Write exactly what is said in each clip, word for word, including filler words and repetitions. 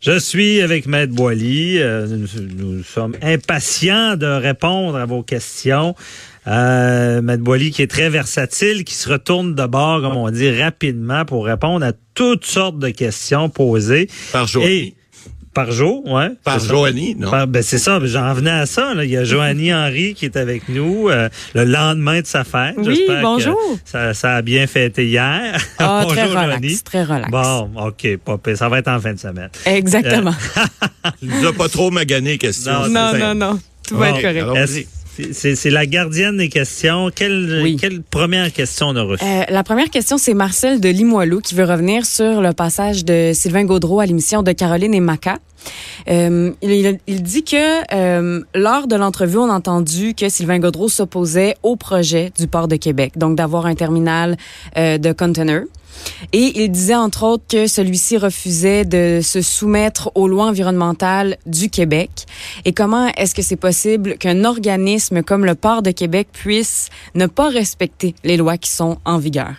Je suis avec Maître Boily. Euh, nous, nous sommes impatients de répondre à vos questions. Euh, Maître Boily qui est très versatile, qui se retourne de bord, comme on dit, rapidement pour répondre à toutes sortes de questions posées. Par jour. Et Par jour, ouais. Par Joanie, non? Par, ben c'est ça, j'en venais à ça. Là. Il y a Joanie Henry qui est avec nous euh, le lendemain de sa fête. Oui, J'espère bonjour. Que ça, ça a bien fêté hier. Ah, bonjour, très relax, Joanie. très relax. Bon, OK, pas pire. Ça va être en fin de semaine. Exactement. Euh, Tu nous as pas trop magané, question. Non, non, c'est non, simple. non. Tout va Bon, être correct. alors, Est-ce- vas-y. C'est, c'est la gardienne des questions. Quelle, Oui. quelle première question on a reçue? Euh, la première question, c'est Marcel de Limoilou qui veut revenir sur le passage de Sylvain Gaudreault à l'émission de Caroline et Maca. Euh, il, il dit que euh, lors de l'entrevue, on a entendu que Sylvain Gaudreault s'opposait au projet du port de Québec, donc d'avoir un terminal euh, de containers. Et il disait, entre autres, que celui-ci refusait de se soumettre aux lois environnementales du Québec. Et comment est-ce que c'est possible qu'un organisme comme le Port de Québec puisse ne pas respecter les lois qui sont en vigueur?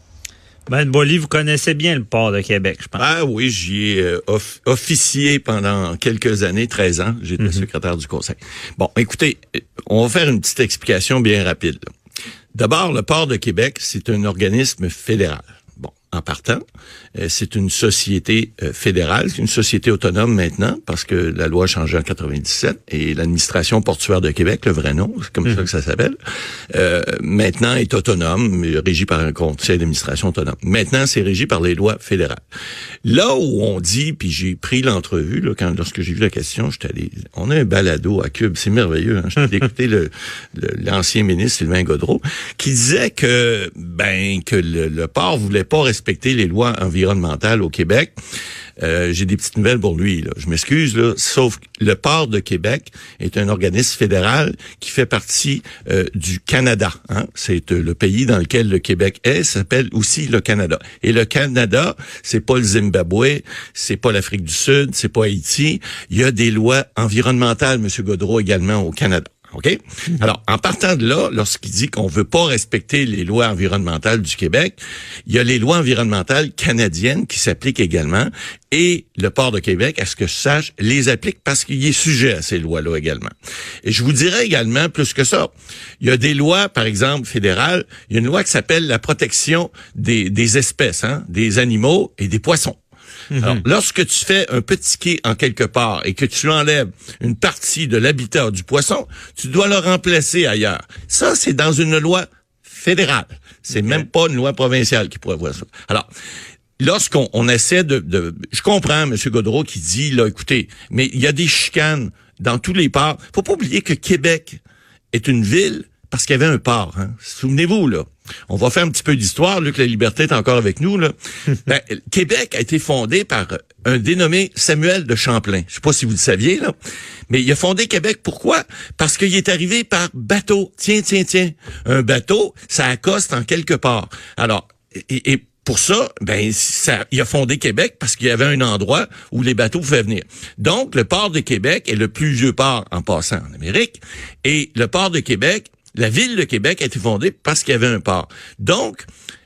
Ben, Boily, vous connaissez bien le port de Québec, je pense. Ah oui, j'y ai euh, off- officié pendant quelques années, treize ans. J'étais Mm-hmm. secrétaire du conseil. Bon, écoutez, on va faire une petite explication bien rapide. là. D'abord, le Port de Québec, c'est un organisme fédéral. Bon, en partant, euh, c'est une société euh, fédérale, c'est une société autonome maintenant, parce que la loi a changé en quatre-vingt-dix-sept, et l'administration portuaire de Québec, le vrai nom, c'est comme Mmh. ça que ça s'appelle, euh, maintenant est autonome, régi par un conseil d'administration autonome. Maintenant, c'est régi par les lois fédérales. Là où on dit, puis j'ai pris l'entrevue, là, quand lorsque j'ai vu la question, j'étais allé, on a un balado à Cube, c'est merveilleux, hein, j'étais allé écouter le, le- l'ancien ministre Sylvain Gaudreault, qui disait que, ben, que le, le port voulait pas respecter les lois environnementales au Québec. Euh, j'ai des petites nouvelles pour lui, là. Je m'excuse, là. Sauf que le Port de Québec est un organisme fédéral qui fait partie euh, du Canada. Hein? C'est euh, le pays dans lequel le Québec est, ça s'appelle aussi le Canada. Et le Canada, c'est pas le Zimbabwe, c'est pas l'Afrique du Sud, c'est pas Haïti. Il y a des lois environnementales, M. Gaudreault, également au Canada. OK? Alors, en partant de là, lorsqu'il dit qu'on veut pas respecter les lois environnementales du Québec, il y a les lois environnementales canadiennes qui s'appliquent également, et le Port de Québec, à ce que je sache, les applique parce qu'il est sujet à ces lois-là également. Et je vous dirais également, plus que ça, il y a des lois, par exemple, fédérales, il y a une loi qui s'appelle la protection des, des espèces, hein, des animaux et des poissons. Alors, lorsque tu fais un petit quai en quelque part et que tu enlèves une partie de l'habitat du poisson, tu dois le remplacer ailleurs. Ça, c'est dans une loi fédérale. C'est Okay. même pas une loi provinciale qui prévoit ça. Alors, lorsqu'on on essaie de, de... Je comprends M. Gaudreault qui dit, là, écoutez, mais il y a des chicanes dans tous les ports. Faut pas oublier que Québec est une ville parce qu'il y avait un port. Hein. Souvenez-vous, là. On va faire un petit peu d'histoire, Luc La Liberté est encore avec nous, là. Ben, Québec a été fondé par un dénommé Samuel de Champlain. Je sais pas si vous le saviez, là. Mais il a fondé Québec. Pourquoi? Parce qu'il est arrivé par bateau. Tiens, tiens, tiens. Un bateau, ça accoste en quelque part. Alors, et, et pour ça, ben, ça, il a fondé Québec parce qu'il y avait un endroit où les bateaux pouvaient venir. Donc, le port de Québec est le plus vieux port en passant en Amérique. Et le port de Québec, la ville de Québec a été fondée parce qu'il y avait un port. Donc,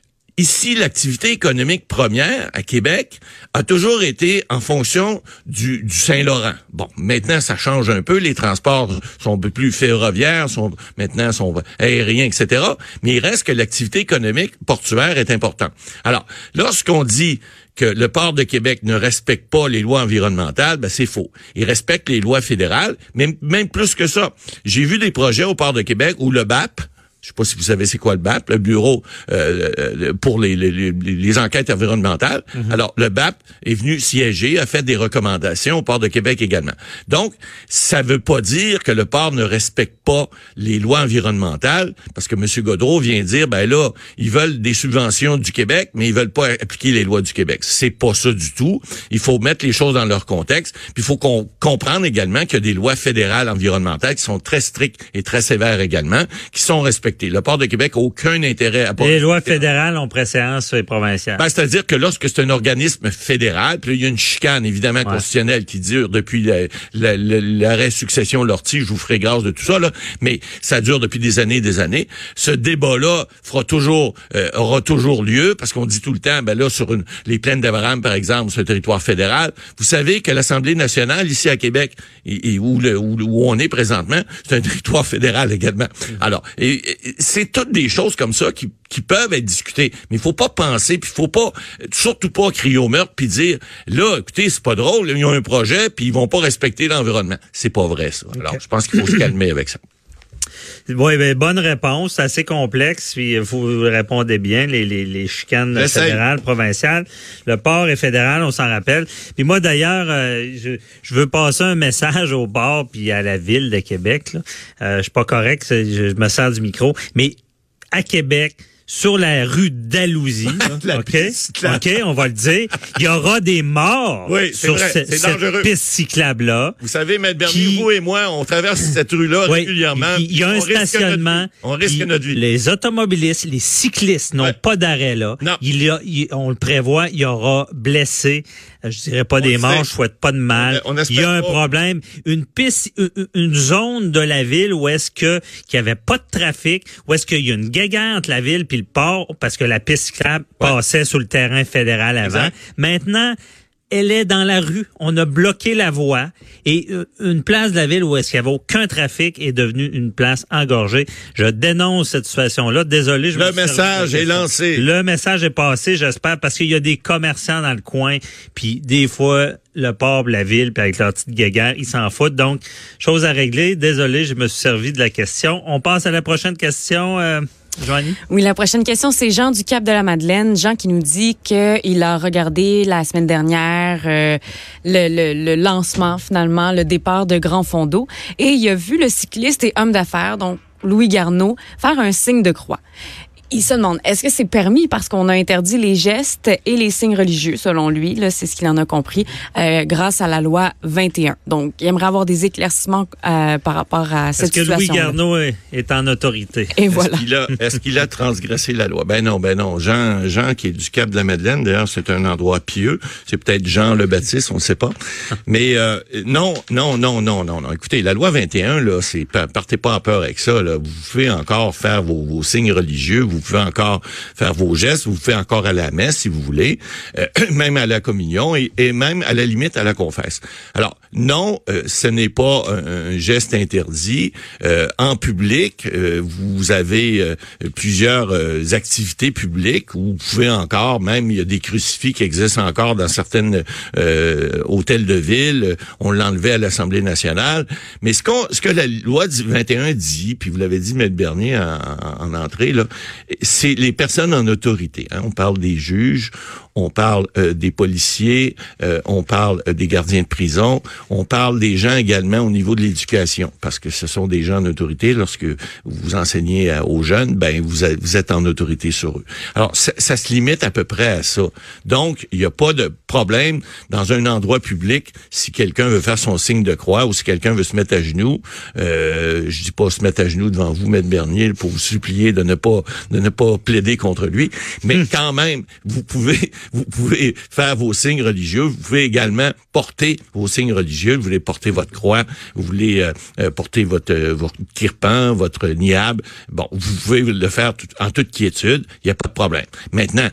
ici, l'activité économique première à Québec a toujours été en fonction du, du Saint-Laurent. Bon, maintenant, ça change un peu. Les transports sont un peu plus ferroviaires, sont maintenant sont aériens, et cetera. Mais il reste que l'activité économique portuaire est importante. Alors, lorsqu'on dit que le port de Québec ne respecte pas les lois environnementales, ben c'est faux. Il respecte les lois fédérales, mais même plus que ça. J'ai vu des projets au port de Québec où le B A P, je sais pas si vous savez c'est quoi le B A P, le Bureau euh, pour les, les, les, les enquêtes environnementales. Mm-hmm. Alors, le B A P est venu siéger, a fait des recommandations au Port de Québec également. Donc, ça veut pas dire que le port ne respecte pas les lois environnementales, parce que M. Gaudreault vient dire, ben là, ils veulent des subventions du Québec, mais ils veulent pas appliquer les lois du Québec. C'est pas ça du tout. Il faut mettre les choses dans leur contexte. Puis il faut qu'on comprenne également qu'il y a des lois fédérales environnementales qui sont très strictes et très sévères également, qui sont respectées respecter. Le port de Québec n'a aucun intérêt à pas Les lois respecter. fédérales ont préséance sur les provinciales. Ben, c'est-à-dire que lorsque c'est un organisme fédéral, puis là, il y a une chicane, évidemment, Ouais. constitutionnelle qui dure depuis la- la- la- l'arrêt succession Lortie, je vous ferai grâce de tout ça, là, mais ça dure depuis des années et des années. Ce débat-là fera toujours, euh, aura toujours lieu, parce qu'on dit tout le temps, ben là, sur une, les plaines d'Abraham, par exemple, sur le territoire fédéral, vous savez que l'Assemblée nationale, ici à Québec, et, et où, le, où, où on est présentement, c'est un territoire fédéral également. Alors, et, et, c'est toutes des choses comme ça qui, qui peuvent être discutées, mais il faut pas penser, puis il faut pas, surtout pas crier au meurtre, puis dire, là, écoutez, c'est pas drôle, ils ont un projet, puis ils vont pas respecter l'environnement. C'est pas vrai, ça. Alors, Okay. je pense qu'il faut se calmer avec ça. Oui, ben, bonne réponse. C'est assez complexe. Puis, il faut vous répondre bien. Les, les, les chicanes J'essaye. fédérales, provinciales. Le port est fédéral, on s'en rappelle. Puis moi, d'ailleurs, euh, je, je veux passer un message au port puis à la ville de Québec. Là. Euh, je suis pas correct. Je, je me sers du micro. Mais à Québec, sur la rue d'Alousie, La OK? piste cyclable. OK, on va le dire. Il y aura des morts Oui, c'est sur vrai. ce- C'est cette dangereux. piste cyclable-là. Vous savez, Maître Bernier, Qui- vous et moi, on traverse cette rue-là Oui, régulièrement. Il y a un On risque notre stationnement. vie. On risque Il- notre vie. Les automobilistes, les cyclistes n'ont Ouais. pas d'arrêt là. Non. Il y a, il- on le prévoit, il y aura blessés. Euh, Je dirais pas On des le morts, sait. je souhaite pas de mal. On- on espère il y a un pas. problème. Une piste, une- une zone de la ville où est-ce que qu'il y avait pas de trafic, où est-ce qu'il y a une guéguerre entre la ville puis le port parce que la piste cyclable Ouais. passait sur le terrain fédéral avant. Exact. Maintenant, elle est dans la rue. On a bloqué la voie et euh, une place de la ville où est-ce qu'il y avait aucun trafic est devenue une place engorgée. Je dénonce cette situation-là. Désolé, je Le me suis message servi de la est question. lancé. Le message est passé, j'espère, parce qu'il y a des commerçants dans le coin, puis des fois le port, la ville, puis avec leur petite guéguerre, ils s'en foutent. Donc, chose à régler. Désolé, je me suis servi de la question. On passe à la prochaine question. Euh, Joanie? Oui, la prochaine question, c'est Jean du Cap de la Madeleine. Jean qui nous dit qu'il a regardé la semaine dernière euh, le, le, le lancement, finalement, le départ de Grand Fond d'eau. Et il a vu le cycliste et homme d'affaires, donc Louis Garneau, faire un signe de croix. Il se demande, est-ce que c'est permis parce qu'on a interdit les gestes et les signes religieux, selon lui, là, c'est ce qu'il en a compris, euh, grâce à la loi vingt et un. Donc, il aimerait avoir des éclaircissements euh, par rapport à cette Est-ce que Louis situation. Garneau est, est en autorité? Et Est-ce voilà. qu'il a, est-ce qu'il a transgressé la loi? Ben non, ben non. Jean, Jean qui est du Cap de la Madeleine, d'ailleurs, c'est un endroit pieux. C'est peut-être Jean le Baptiste, on ne sait pas. Mais euh, non, non, non, non, non, non. Écoutez, la loi vingt et un, là, c'est partez pas en peur avec ça. Là. Vous pouvez encore faire vos, vos signes religieux, vous pouvez encore faire vos gestes, vous pouvez encore aller à la messe si vous voulez, euh, même à la communion et, et même à la limite à la confesse. Alors non, euh, ce n'est pas un, un geste interdit euh, en public. Euh, vous avez euh, plusieurs euh, activités publiques où vous pouvez encore, même il y a des crucifix qui existent encore dans certaines euh, hôtels de ville. On l'enlevait à l'Assemblée nationale. Mais ce qu'on, ce que la loi vingt et un dit, puis vous l'avez dit, Maître Bernier, en, en entrée, là, c'est les personnes en autorité. Hein. On parle des juges, on parle euh, des policiers, euh, on parle euh, des gardiens de prison, on parle des gens également au niveau de l'éducation, parce que ce sont des gens en autorité. Lorsque vous enseignez à, aux jeunes, ben vous, a, vous êtes en autorité sur eux. Alors, ça, ça se limite à peu près à ça. Donc, il n'y a pas de problème dans un endroit public si quelqu'un veut faire son signe de croix ou si quelqu'un veut se mettre à genoux. Euh, je dis pas se mettre à genoux devant vous, Maître Bernier, pour vous supplier de ne pas de ne pas plaider contre lui, mais hum. quand même, vous pouvez vous pouvez faire vos signes religieux, vous pouvez également porter vos signes religieux, vous voulez porter votre croix, vous voulez euh, euh, porter votre euh, votre kirpan, votre niab, bon, vous pouvez le faire tout, en toute quiétude, il n'y a pas de problème. Maintenant,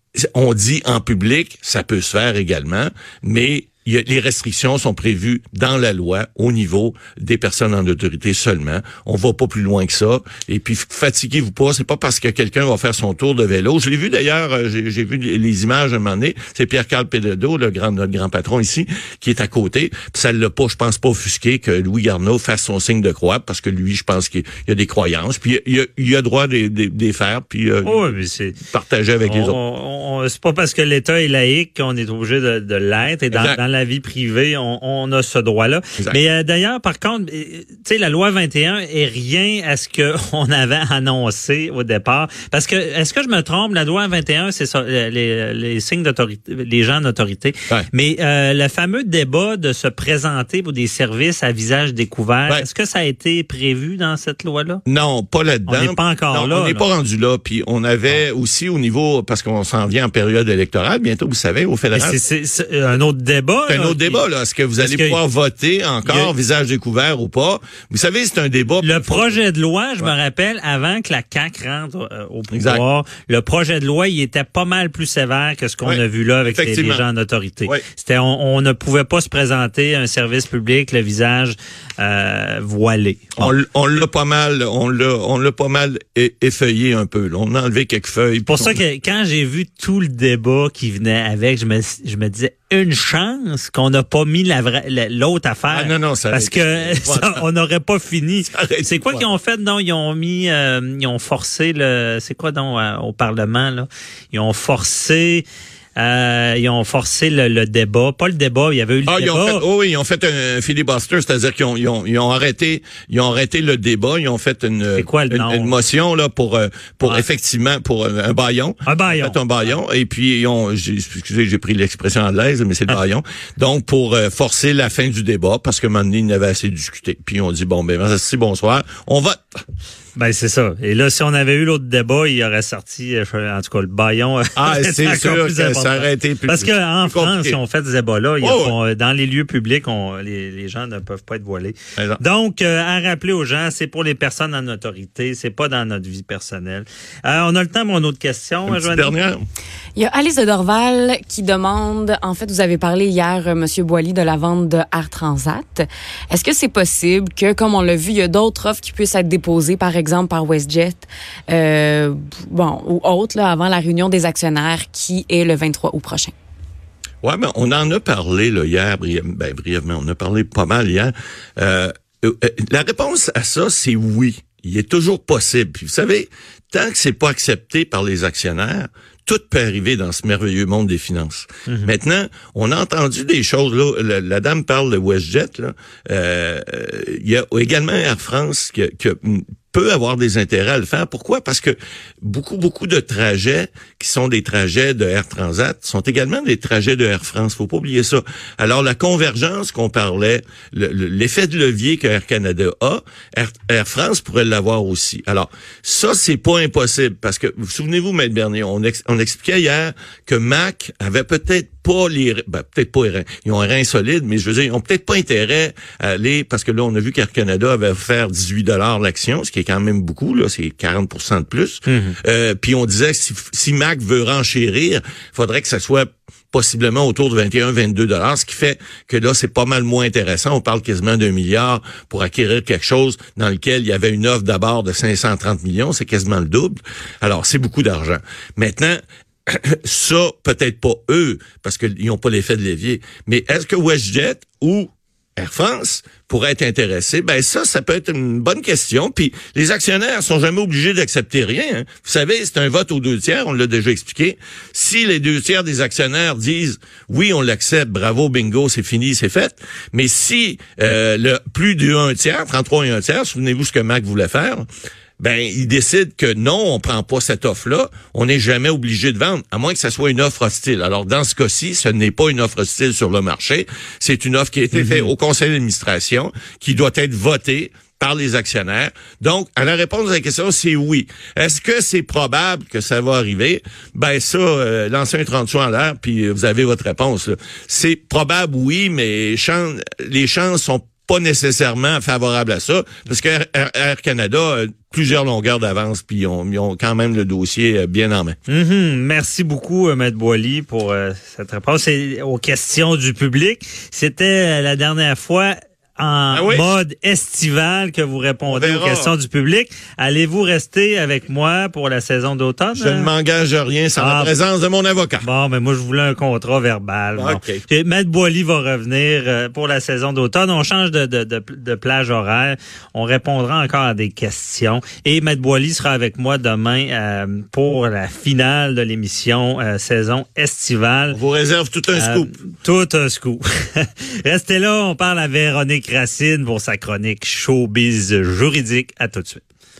on dit en public, ça peut se faire également, mais il y a, les restrictions sont prévues dans la loi au niveau des personnes en autorité seulement. On va pas plus loin que ça. Et puis, fatiguez-vous pas. C'est pas parce que quelqu'un va faire son tour de vélo. Je l'ai vu d'ailleurs, j'ai, j'ai vu les images à un moment donné. C'est Pierre-Carl Pédodeau, le grand, notre grand patron ici, qui est à côté. Puis ça l'a pas, je pense pas offusqué que Louis Garneau fasse son signe de croix parce que lui, je pense qu'il y a des croyances. Puis il a, il a droit de les faire. Puis euh, oh, mais c'est partager avec on, les autres. On, on, c'est pas parce que l'État est laïque qu'on est obligé de, de l'être. Et dans, dans la vie privée, on, on a ce droit-là. Exact. Mais euh, d'ailleurs, par contre, tu sais, la loi vingt et un est rien à ce qu'on avait annoncé au départ. Parce que, est-ce que je me trompe, la loi vingt et un, c'est ça, les, les signes d'autorité, les gens d'autorité. Ouais. Mais euh, le fameux débat de se présenter pour des services à visage découvert, ouais. est-ce que ça a été prévu dans cette loi-là? Non, pas là-dedans. On n'est pas encore non, là. On n'est pas rendu là. Puis on avait ouais. aussi au niveau, parce qu'on s'en vient en période électorale, bientôt, vous savez, au fédéral. C'est, c'est, c'est un autre débat. C'est un autre qui... débat, là. Est-ce que vous allez pouvoir que... voter encore, a... visage découvert ou pas? Vous savez, c'est un débat. Le projet de loi, je ouais. me rappelle, avant que la C A Q rentre euh, au pouvoir, exact. Le projet de loi, il était pas mal plus sévère que ce qu'on ouais. a vu là avec les, les gens en autorité. Ouais. C'était, on, on ne pouvait pas se présenter à un service public le visage euh, voilé. On, on l'a pas mal, on l'a, on l'a pas mal effeuillé un peu. Là. On a enlevé quelques feuilles. C'est pour ça que quand j'ai vu tout le débat qui venait avec, je me, je me disais une chance qu'on n'a pas mis la vraie, l'autre affaire. Ah non non, ça parce que ça, on n'aurait pas fini. C'est quoi qu'ils ont fait? Non, ils ont mis, euh, ils ont forcé le, c'est quoi donc euh, au Parlement là? Ils ont forcé. Euh, ils ont forcé le, le débat, pas le débat, il y avait eu le ah, débat. Ils ont fait, oh oui, ils ont fait un filibuster, c'est-à-dire qu'ils ont, ils ont, ils ont arrêté, ils ont arrêté le débat, ils ont fait une, c'est quoi, le une, une motion là pour, pour ah. effectivement pour un bâillon. Un bâillon. Un bâillon. Et puis ils ont, j'ai, excusez, j'ai pris l'expression anglaise, mais c'est le bâillon. Donc pour euh, forcer la fin du débat, parce que un moment donné, ils n'avaient assez discuté. Puis on dit bon ben merci, bonsoir, on vote. Ben c'est ça. Et là, si on avait eu l'autre débat, il aurait sorti, en tout cas, le bâillon. Ah, c'est sûr que ça aurait été plus. Parce qu'en France, si on fait ce débat-là, il y a, oh, on, dans les lieux publics, on, les, les gens ne peuvent pas être voilés. Exact. Donc, euh, à rappeler aux gens, c'est pour les personnes en autorité, c'est pas dans notre vie personnelle. Euh, on a le temps pour une autre question, Joanie. Dernière. Il y a Alice de Dorval qui demande, en fait, vous avez parlé hier, M. Boily, de la vente de Air Transat. Est-ce que c'est possible que, comme on l'a vu, il y a d'autres offres qui puissent être déposées, par exemple, par WestJet, euh, bon, ou autres, là, avant la réunion des actionnaires qui est le vingt-trois août prochain? Ouais, ben, on en a parlé, là, hier, brièvement, ben, brièvement, on a parlé pas mal hier. Euh, euh, la réponse à ça, c'est oui. Il est toujours possible. Puis, vous savez, tant que c'est pas accepté par les actionnaires, tout peut arriver dans ce merveilleux monde des finances. Mm-hmm. Maintenant, on a entendu des choses, là, la, la dame parle de WestJet, là, euh, il y a également Air France qui, qui peut avoir des intérêts à le faire. Pourquoi? Parce que beaucoup, beaucoup de trajets qui sont des trajets de Air Transat sont également des trajets de Air France. Faut pas oublier ça. Alors, la convergence qu'on parlait, le, le, l'effet de levier que Air Canada a, Air, Air France pourrait l'avoir aussi. Alors, ça, c'est pas impossible parce que, vous souvenez-vous, Maître Bernier, on, ex, on expliquait hier que Mac avait peut-être pas les, ben, peut-être pas les reins. Ils ont un rein solide, mais je veux dire, ils ont peut-être pas intérêt à aller, parce que là, on a vu qu'Air Canada avait offert dix-huit dollars l'action, ce qui est quand même beaucoup, là, c'est quarante pour cent de plus. Mm-hmm. Euh, puis on disait, si, si Mac veut renchérir, il faudrait que ça soit possiblement autour de vingt et un, vingt-deux dollars, ce qui fait que là, c'est pas mal moins intéressant. On parle quasiment d'un milliard pour acquérir quelque chose dans lequel il y avait une offre d'abord de cinq cent trente millions, c'est quasiment le double. Alors, c'est beaucoup d'argent. Maintenant, ça, peut-être pas eux, parce qu'ils n'ont pas l'effet de levier. Mais est-ce que WestJet ou Air France pourrait être intéressé? Ben ça, ça peut être une bonne question. Puis les actionnaires sont jamais obligés d'accepter rien. Hein. Vous savez, c'est un vote aux deux tiers, on l'a déjà expliqué. Si les deux tiers des actionnaires disent oui, on l'accepte, bravo, bingo, c'est fini, c'est fait. Mais si euh, le plus d'un tiers, trente-trois et un tiers, souvenez-vous ce que Mac voulait faire, ben, ils décident que non, on prend pas cette offre-là, on n'est jamais obligé de vendre, à moins que ça soit une offre hostile. Alors, dans ce cas-ci, ce n'est pas une offre hostile sur le marché, c'est une offre qui a été mm-hmm. faite au conseil d'administration, qui doit être votée par les actionnaires. Donc, à la réponse à la question, c'est oui. Est-ce que c'est probable que ça va arriver? Ben ça, euh, lancez un trente sous en l'air, puis vous avez votre réponse. Là. C'est probable, oui, mais chance, les chances sont pas nécessairement favorables à ça, parce que Air, Air Canada a plusieurs longueurs d'avance, puis ils ont, ils ont quand même le dossier bien en main. Mm-hmm. Merci beaucoup, Maître Boily, pour euh, cette réponse. Et aux questions du public, c'était la dernière fois en ah oui? mode estival que vous répondez aux questions du public. Allez-vous rester avec moi pour la saison d'automne? Je ne m'engage à rien sans ah, la présence de mon avocat. Bon, mais moi, je voulais un contrat verbal. Bon. Okay. Maître Boily va revenir euh, pour la saison d'automne. On change de, de, de, de plage horaire. On répondra encore à des questions. Et Maître Boily sera avec moi demain euh, pour la finale de l'émission euh, saison estivale. On vous réserve tout un euh, scoop. Tout un scoop. Restez là, on parle à Véronique Racine pour sa chronique Showbiz juridique. À tout de suite.